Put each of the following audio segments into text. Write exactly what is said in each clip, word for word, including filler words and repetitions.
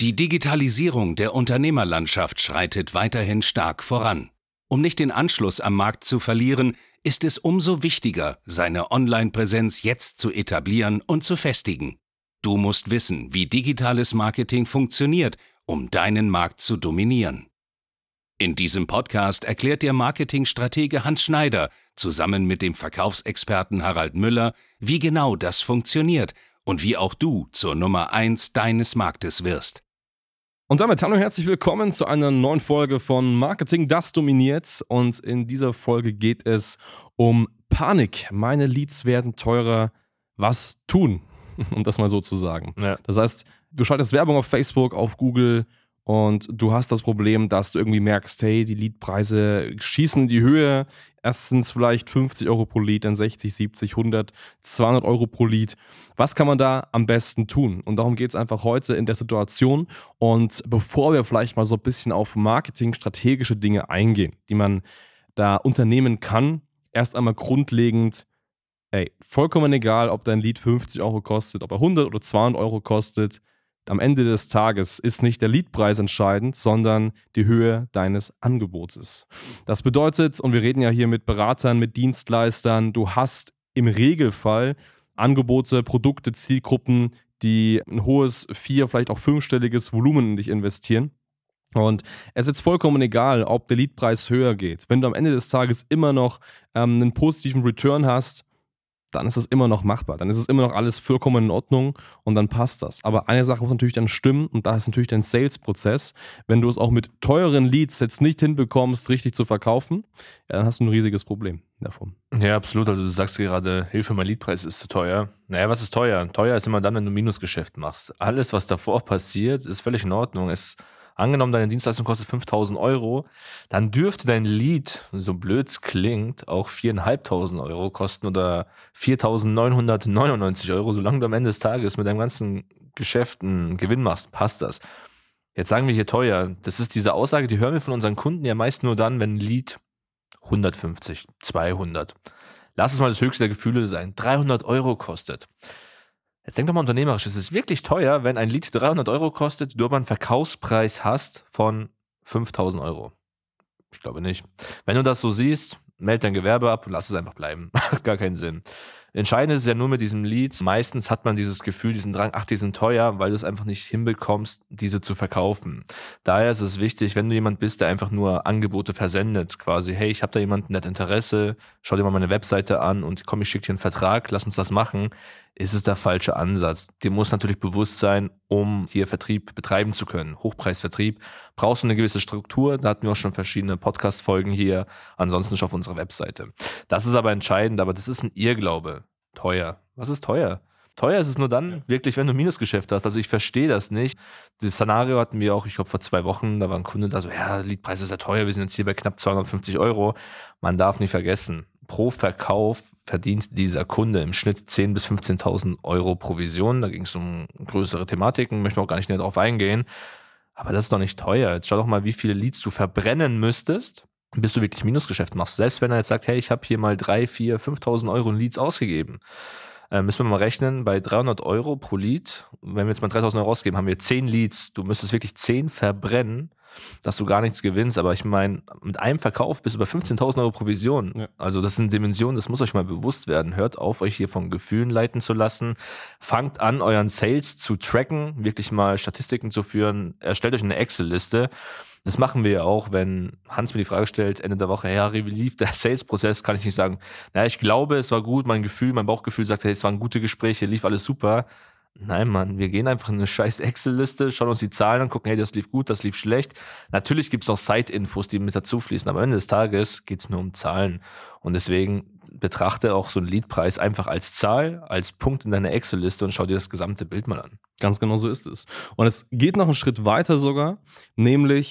Die Digitalisierung der Unternehmerlandschaft schreitet weiterhin stark voran. Um nicht den Anschluss am Markt zu verlieren, ist es umso wichtiger, seine Online-Präsenz jetzt zu etablieren und zu festigen. Du musst wissen, wie digitales Marketing funktioniert, um deinen Markt zu dominieren. In diesem Podcast erklärt dir Marketingstratege Hans Schneider zusammen mit dem Verkaufsexperten Harald Müller, wie genau das funktioniert und wie auch du zur Nummer eins deines Marktes wirst. Und damit hallo und herzlich willkommen zu einer neuen Folge von Marketing, das dominiert. Und in dieser Folge geht es um Panik. Meine Leads werden teurer. Was tun? Um das mal so zu sagen. Ja. Das heißt, du schaltest Werbung auf Facebook, auf Google und du hast das Problem, dass du irgendwie merkst, hey, die Leadpreise schießen in die Höhe. Erstens vielleicht fünfzig Euro pro Lead, dann sechzig, siebzig, hundert, zweihundert Euro pro Lead. Was kann man da am besten tun? Und darum geht es einfach heute in der Situation. Und bevor wir vielleicht mal so ein bisschen auf Marketing-strategische Dinge eingehen, die man da unternehmen kann, erst einmal grundlegend, ey, vollkommen egal, ob dein Lead fünfzig Euro kostet, ob er hundert oder zweihundert Euro kostet. Am Ende des Tages ist nicht der Leadpreis entscheidend, sondern die Höhe deines Angebotes. Das bedeutet, und wir reden ja hier mit Beratern, mit Dienstleistern, du hast im Regelfall Angebote, Produkte, Zielgruppen, die ein hohes, vier-, vielleicht auch fünfstelliges Volumen in dich investieren. Und es ist jetzt vollkommen egal, ob der Leadpreis höher geht. Wenn du am Ende des Tages immer noch ähm, einen positiven Return hast, dann ist es immer noch machbar. Dann ist es immer noch alles vollkommen in Ordnung und dann passt das. Aber eine Sache muss natürlich dann stimmen und da ist natürlich dein Sales-Prozess. Wenn du es auch mit teuren Leads jetzt nicht hinbekommst, richtig zu verkaufen, ja, dann hast du ein riesiges Problem davon. Ja, absolut. Also du sagst gerade, Hilfe, mein Leadpreis ist zu teuer. Naja, was ist teuer? Teuer ist immer dann, wenn du Minusgeschäft machst. Alles, was davor passiert, ist völlig in Ordnung. Es Angenommen, deine Dienstleistung kostet fünftausend Euro, dann dürfte dein Lead, so blöd es klingt, auch viertausendfünfhundert Euro kosten oder viertausendneunhundertneunundneunzig Euro. Solange du am Ende des Tages mit deinem ganzen Geschäft einen Gewinn machst, passt das. Jetzt sagen wir hier teuer. Das ist diese Aussage, die hören wir von unseren Kunden ja meist nur dann, wenn ein Lead hundertfünfzig, zweihundert, lass es mal das höchste der Gefühle sein, dreihundert Euro kostet. Jetzt denk doch mal unternehmerisch, es ist wirklich teuer, wenn ein Lead dreihundert Euro kostet, du aber einen Verkaufspreis hast von fünftausend Euro. Ich glaube nicht. Wenn du das so siehst, meld dein Gewerbe ab und lass es einfach bleiben. Macht gar keinen Sinn. Entscheidend ist es ja nur mit diesem Leads. Meistens hat man dieses Gefühl, diesen Drang, ach, die sind teuer, weil du es einfach nicht hinbekommst, diese zu verkaufen. Daher ist es wichtig, wenn du jemand bist, der einfach nur Angebote versendet, quasi, hey, ich habe da jemanden, der hat Interesse, schau dir mal meine Webseite an und komm, ich schicke dir einen Vertrag, lass uns das machen, ist es der falsche Ansatz. Dir muss natürlich bewusst sein, um hier Vertrieb betreiben zu können. Hochpreisvertrieb, brauchst du eine gewisse Struktur, da hatten wir auch schon verschiedene Podcast-Folgen hier, ansonsten schon auf unserer Webseite. Das ist aber entscheidend, aber das ist ein Irrglaube. Teuer. Was ist teuer? Teuer ist es nur dann, ja, wirklich, wenn du Minusgeschäft hast. Also ich verstehe das nicht. Das Szenario hatten wir auch, ich glaube vor zwei Wochen, da war ein Kunde da so, ja, Leadpreis ist ja teuer, wir sind jetzt hier bei knapp zweihundertfünfzig Euro. Man darf nicht vergessen, pro Verkauf verdient dieser Kunde im Schnitt zehntausend bis fünfzehntausend Euro Provision. Da ging es um größere Thematiken, möchte man auch gar nicht näher drauf eingehen. Aber das ist doch nicht teuer. Jetzt schau doch mal, wie viele Leads du verbrennen müsstest, bis du wirklich Minusgeschäft machst. Selbst wenn er jetzt sagt, hey, ich habe hier mal drei, vier, fünftausend Euro in Leads ausgegeben. Äh, müssen wir mal rechnen, bei dreihundert Euro pro Lead, wenn wir jetzt mal dreitausend Euro ausgeben, haben wir zehn Leads. Du müsstest wirklich zehn verbrennen, dass du gar nichts gewinnst. Aber ich meine, mit einem Verkauf bist du bei fünfzehntausend Euro Provision. Ja. Also das sind Dimensionen, das muss euch mal bewusst werden. Hört auf, euch hier von Gefühlen leiten zu lassen. Fangt an, euren Sales zu tracken, wirklich mal Statistiken zu führen. Erstellt euch eine Excel-Liste. Das machen wir ja auch, wenn Hans mir die Frage stellt, Ende der Woche, hey Harry, wie lief der Sales-Prozess? Kann ich nicht sagen, naja, ich glaube, es war gut, mein Gefühl, mein Bauchgefühl sagt, hey, es waren gute Gespräche, lief alles super. Nein, Mann, wir gehen einfach in eine scheiß Excel-Liste, schauen uns die Zahlen an, gucken, hey, das lief gut, das lief schlecht. Natürlich gibt es noch Side-Infos, die mit dazu fließen, aber am Ende des Tages geht es nur um Zahlen. Und deswegen betrachte auch so einen Leadpreis einfach als Zahl, als Punkt in deiner Excel-Liste und schau dir das gesamte Bild mal an. Ganz genau so ist es. Und es geht noch einen Schritt weiter sogar, nämlich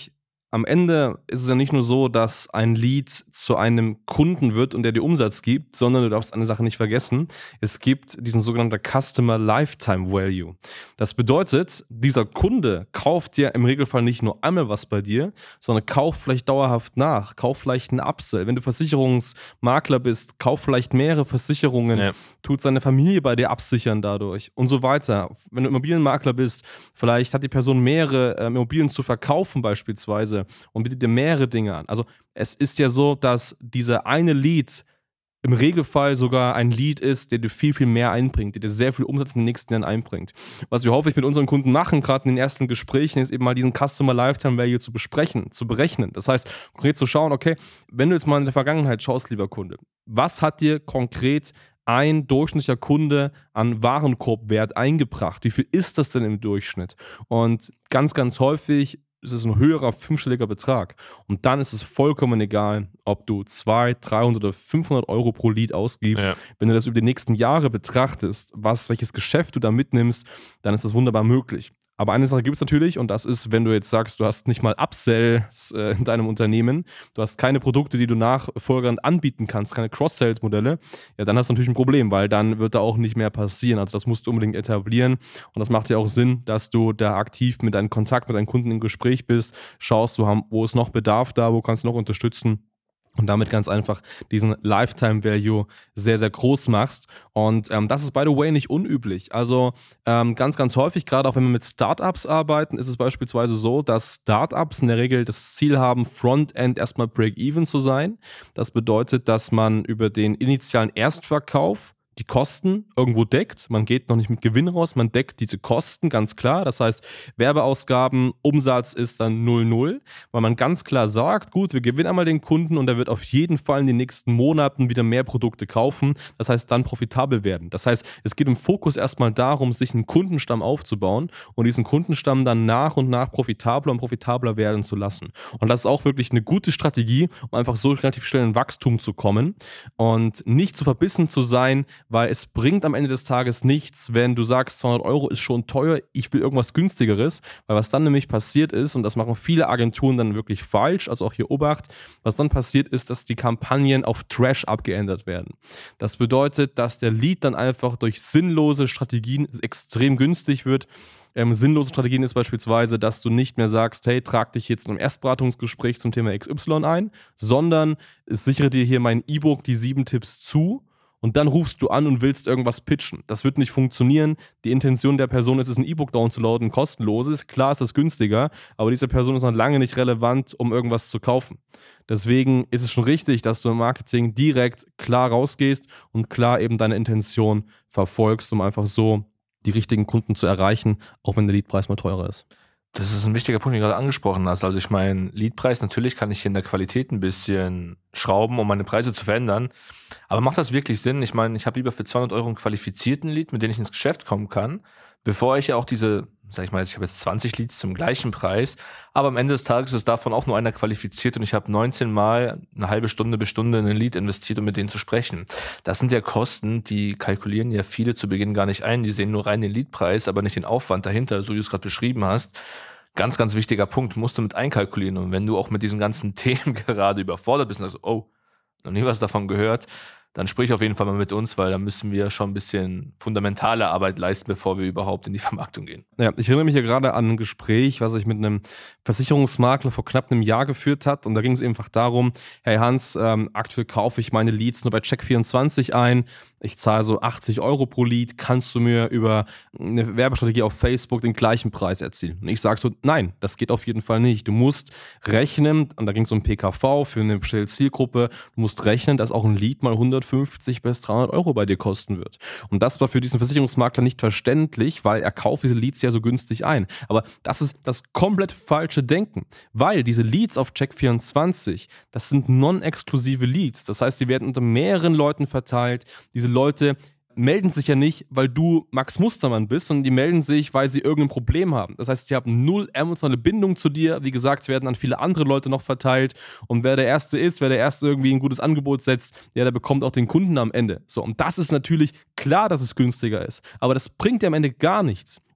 am Ende ist es ja nicht nur so, dass ein Lead zu einem Kunden wird und der dir Umsatz gibt, sondern du darfst eine Sache nicht vergessen. Es gibt diesen sogenannten Customer Lifetime Value. Das bedeutet, dieser Kunde kauft dir im Regelfall nicht nur einmal was bei dir, sondern kauft vielleicht dauerhaft nach, kauft vielleicht einen Upsell. Wenn du Versicherungsmakler bist, kauft vielleicht mehrere Versicherungen, ja. tut seine Familie bei dir absichern dadurch und so weiter. Wenn du Immobilienmakler bist, vielleicht hat die Person mehrere äh, Immobilien zu verkaufen beispielsweise und bietet dir mehrere Dinge an. Also es ist ja so, dass dieser eine Lead im Regelfall sogar ein Lead ist, der dir viel, viel mehr einbringt, der dir sehr viel Umsatz in den nächsten Jahren einbringt. Was wir häufig mit unseren Kunden machen, gerade in den ersten Gesprächen, ist eben mal diesen Customer Lifetime Value zu besprechen, zu berechnen. Das heißt, konkret zu schauen, okay, wenn du jetzt mal in der Vergangenheit schaust, lieber Kunde, was hat dir konkret ein durchschnittlicher Kunde an Warenkorbwert eingebracht? Wie viel ist das denn im Durchschnitt? Und ganz, ganz häufig ist es ein höherer fünfstelliger Betrag. Und dann ist es vollkommen egal, ob du zweihundert, dreihundert oder fünfhundert Euro pro Lead ausgibst. Ja. Wenn du das über die nächsten Jahre betrachtest, was, welches Geschäft du da mitnimmst, dann ist das wunderbar möglich. Aber eine Sache gibt es natürlich, und das ist, wenn du jetzt sagst, du hast nicht mal Upsells äh, in deinem Unternehmen, du hast keine Produkte, die du nachfolgernd anbieten kannst, keine Cross-Sales-Modelle, ja, dann hast du natürlich ein Problem, weil dann wird da auch nicht mehr passieren. Also das musst du unbedingt etablieren und das macht ja auch Sinn, dass du da aktiv mit deinem Kontakt, mit deinen Kunden im Gespräch bist, schaust, wo ist noch Bedarf da, wo kannst du noch unterstützen. Und damit ganz einfach diesen Lifetime Value sehr, sehr groß machst. Und ähm, das ist, by the way, nicht unüblich. Also ähm, ganz, ganz häufig, gerade auch wenn wir mit Startups arbeiten, ist es beispielsweise so, dass Startups in der Regel das Ziel haben, Frontend erstmal Break-Even zu sein. Das bedeutet, dass man über den initialen Erstverkauf die Kosten irgendwo deckt. Man geht noch nicht mit Gewinn raus, man deckt diese Kosten, ganz klar. Das heißt, Werbeausgaben, Umsatz ist dann null null, weil man ganz klar sagt, gut, wir gewinnen einmal den Kunden und er wird auf jeden Fall in den nächsten Monaten wieder mehr Produkte kaufen. Das heißt, dann profitabel werden. Das heißt, es geht im Fokus erstmal darum, sich einen Kundenstamm aufzubauen und diesen Kundenstamm dann nach und nach profitabler und profitabler werden zu lassen. Und das ist auch wirklich eine gute Strategie, um einfach so relativ schnell in Wachstum zu kommen und nicht zu verbissen zu sein, weil es bringt am Ende des Tages nichts, wenn du sagst, zweihundert Euro ist schon teuer, ich will irgendwas günstigeres, weil was dann nämlich passiert ist, und das machen viele Agenturen dann wirklich falsch, also auch hier Obacht, was dann passiert ist, dass die Kampagnen auf Trash abgeändert werden. Das bedeutet, dass der Lead dann einfach durch sinnlose Strategien extrem günstig wird. Ähm, sinnlose Strategien ist beispielsweise, dass du nicht mehr sagst, hey, trag dich jetzt in einem Erstberatungsgespräch zum Thema X Y ein, sondern sichere dir hier mein E-Book, die sieben Tipps zu, und dann rufst du an und willst irgendwas pitchen. Das wird nicht funktionieren. Die Intention der Person ist es, ein E-Book downzuladen, kostenloses. Klar ist das günstiger, aber diese Person ist noch lange nicht relevant, um irgendwas zu kaufen. Deswegen ist es schon richtig, dass du im Marketing direkt klar rausgehst und klar eben deine Intention verfolgst, um einfach so die richtigen Kunden zu erreichen, auch wenn der Leadpreis mal teurer ist. Das ist ein wichtiger Punkt, den du gerade angesprochen hast. Also ich meine, Leadpreis, natürlich kann ich hier in der Qualität ein bisschen schrauben, um meine Preise zu verändern. Aber macht das wirklich Sinn? Ich meine, ich habe lieber für zweihundert Euro einen qualifizierten Lead, mit dem ich ins Geschäft kommen kann, bevor ich ja auch diese, sag ich mal, ich habe jetzt zwanzig Leads zum gleichen Preis, aber am Ende des Tages ist davon auch nur einer qualifiziert und ich habe neunzehn Mal eine halbe Stunde bis Stunde in ein Lead investiert, um mit denen zu sprechen. Das sind ja Kosten, die kalkulieren ja viele zu Beginn gar nicht ein. Die sehen nur rein den Leadpreis, aber nicht den Aufwand dahinter, so wie du es gerade beschrieben hast. Ganz, ganz wichtiger Punkt, musst du mit einkalkulieren. Und wenn du auch mit diesen ganzen Themen gerade überfordert bist und sagst, oh, noch nie was davon gehört, dann sprich auf jeden Fall mal mit uns, weil da müssen wir schon ein bisschen fundamentale Arbeit leisten, bevor wir überhaupt in die Vermarktung gehen. Ja, ich erinnere mich hier gerade an ein Gespräch, was ich mit einem Versicherungsmakler vor knapp einem Jahr geführt hat, und da ging es einfach darum, hey Hans, ähm, aktuell kaufe ich meine Leads nur bei Check vierundzwanzig ein, ich zahle so achtzig Euro pro Lead, kannst du mir über eine Werbestrategie auf Facebook den gleichen Preis erzielen? Und ich sage so, nein, das geht auf jeden Fall nicht. Du musst rechnen, und da ging es um P K V für eine bestimmte Zielgruppe, du musst rechnen, dass auch ein Lead mal hundertfünfzig bis dreihundert Euro bei dir kosten wird. Und das war für diesen Versicherungsmakler nicht verständlich, weil er kauft diese Leads ja so günstig ein. Aber das ist das komplett falsche Denken, weil diese Leads auf Check vierundzwanzig, das sind non-exklusive Leads. Das heißt, die werden unter mehreren Leuten verteilt. Diese Leute melden sich ja nicht, weil du Max Mustermann bist, sondern die melden sich, weil sie irgendein Problem haben. Das heißt, die haben null emotionale Bindung zu dir. Wie gesagt, sie werden an viele andere Leute noch verteilt. Und wer der Erste ist, wer der Erste irgendwie ein gutes Angebot setzt, ja, der bekommt auch den Kunden am Ende. So, und das ist natürlich klar, dass es günstiger ist. Aber das bringt dir am Ende gar nichts.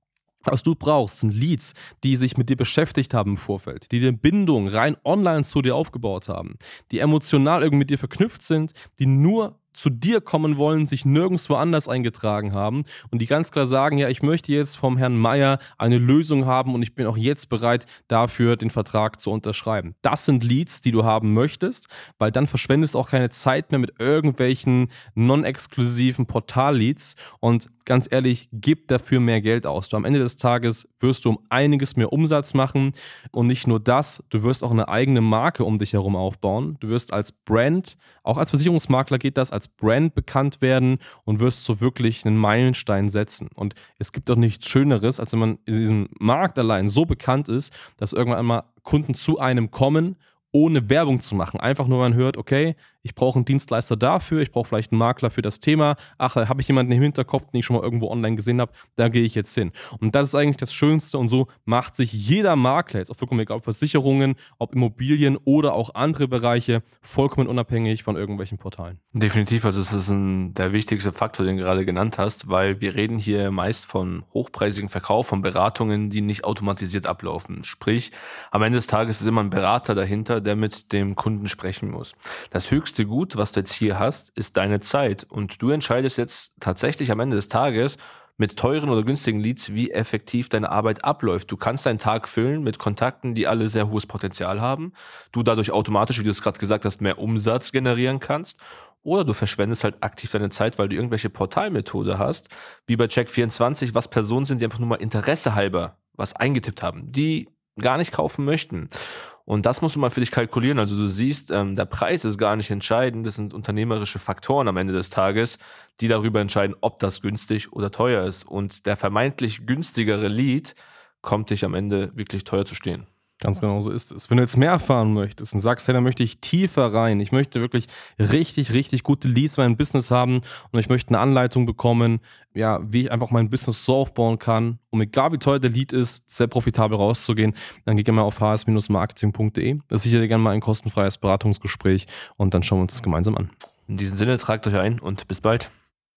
Was du brauchst, sind Leads, die sich mit dir beschäftigt haben im Vorfeld, die eine Bindung rein online zu dir aufgebaut haben, die emotional irgendwie mit dir verknüpft sind, die nur zu dir kommen wollen, sich nirgendwo anders eingetragen haben und die ganz klar sagen, ja, ich möchte jetzt vom Herrn Meier eine Lösung haben und ich bin auch jetzt bereit, dafür den Vertrag zu unterschreiben. Das sind Leads, die du haben möchtest, weil dann verschwendest du auch keine Zeit mehr mit irgendwelchen non-exklusiven Portal-Leads und ganz ehrlich, gib dafür mehr Geld aus. Du am Ende des Tages wirst du um einiges mehr Umsatz machen und nicht nur das, du wirst auch eine eigene Marke um dich herum aufbauen. Du wirst als Brand, auch als Versicherungsmakler geht das, als Brand bekannt werden und wirst so wirklich einen Meilenstein setzen. Und es gibt doch nichts Schöneres, als wenn man in diesem Markt allein so bekannt ist, dass irgendwann einmal Kunden zu einem kommen, ohne Werbung zu machen. Einfach nur, man hört, okay, ich brauche einen Dienstleister dafür, ich brauche vielleicht einen Makler für das Thema. Ach, da habe ich jemanden im Hinterkopf, den ich schon mal irgendwo online gesehen habe, da gehe ich jetzt hin. Und das ist eigentlich das Schönste und so macht sich jeder Makler, jetzt auch vollkommen egal, ob Versicherungen, ob Immobilien oder auch andere Bereiche, vollkommen unabhängig von irgendwelchen Portalen. Definitiv, also es ist ein, der wichtigste Faktor, den du gerade genannt hast, weil wir reden hier meist von hochpreisigen Verkauf, von Beratungen, die nicht automatisiert ablaufen. Sprich, am Ende des Tages ist immer ein Berater dahinter, der mit dem Kunden sprechen muss. Das höchste Gut, was du jetzt hier hast, ist deine Zeit und du entscheidest jetzt tatsächlich am Ende des Tages mit teuren oder günstigen Leads, wie effektiv deine Arbeit abläuft. Du kannst deinen Tag füllen mit Kontakten, die alle sehr hohes Potenzial haben. Du dadurch automatisch, wie du es gerade gesagt hast, mehr Umsatz generieren kannst. Oder du verschwendest halt aktiv deine Zeit, weil du irgendwelche Portalmethode hast, wie bei Check vierundzwanzig, was Personen sind, die einfach nur mal Interesse halber was eingetippt haben, die gar nicht kaufen möchten. Und das musst du mal für dich kalkulieren. Also du siehst, ähm, der Preis ist gar nicht entscheidend. Das sind unternehmerische Faktoren am Ende des Tages, die darüber entscheiden, ob das günstig oder teuer ist. Und der vermeintlich günstigere Lead kommt dich am Ende wirklich teuer zu stehen. Ganz genau so ist es. Wenn du jetzt mehr erfahren möchtest und sagst, hey, dann möchte ich tiefer rein, ich möchte wirklich richtig, richtig gute Leads in meinem Business haben und ich möchte eine Anleitung bekommen, ja, wie ich einfach mein Business so aufbauen kann, um egal wie teuer der Lead ist, sehr profitabel rauszugehen, dann geh gerne mal auf h s marketing punkt d e. Da sichere dir gerne mal ein kostenfreies Beratungsgespräch und dann schauen wir uns das gemeinsam an. In diesem Sinne, tragt euch ein und bis bald.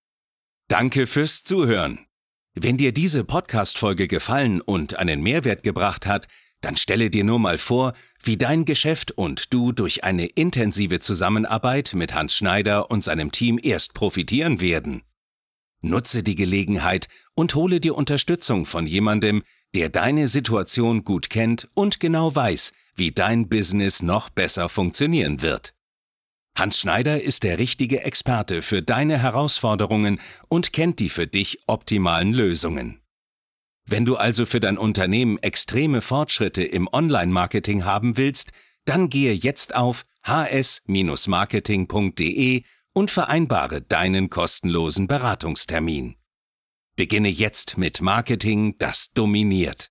Danke fürs Zuhören. Wenn dir diese Podcast-Folge gefallen und einen Mehrwert gebracht hat, dann stelle dir nur mal vor, wie dein Geschäft und du durch eine intensive Zusammenarbeit mit Hans Schneider und seinem Team erst profitieren werden. Nutze die Gelegenheit und hole dir Unterstützung von jemandem, der deine Situation gut kennt und genau weiß, wie dein Business noch besser funktionieren wird. Hans Schneider ist der richtige Experte für deine Herausforderungen und kennt die für dich optimalen Lösungen. Wenn du also für dein Unternehmen extreme Fortschritte im Online-Marketing haben willst, dann gehe jetzt auf h s marketing punkt d e und vereinbare deinen kostenlosen Beratungstermin. Beginne jetzt mit Marketing, das dominiert.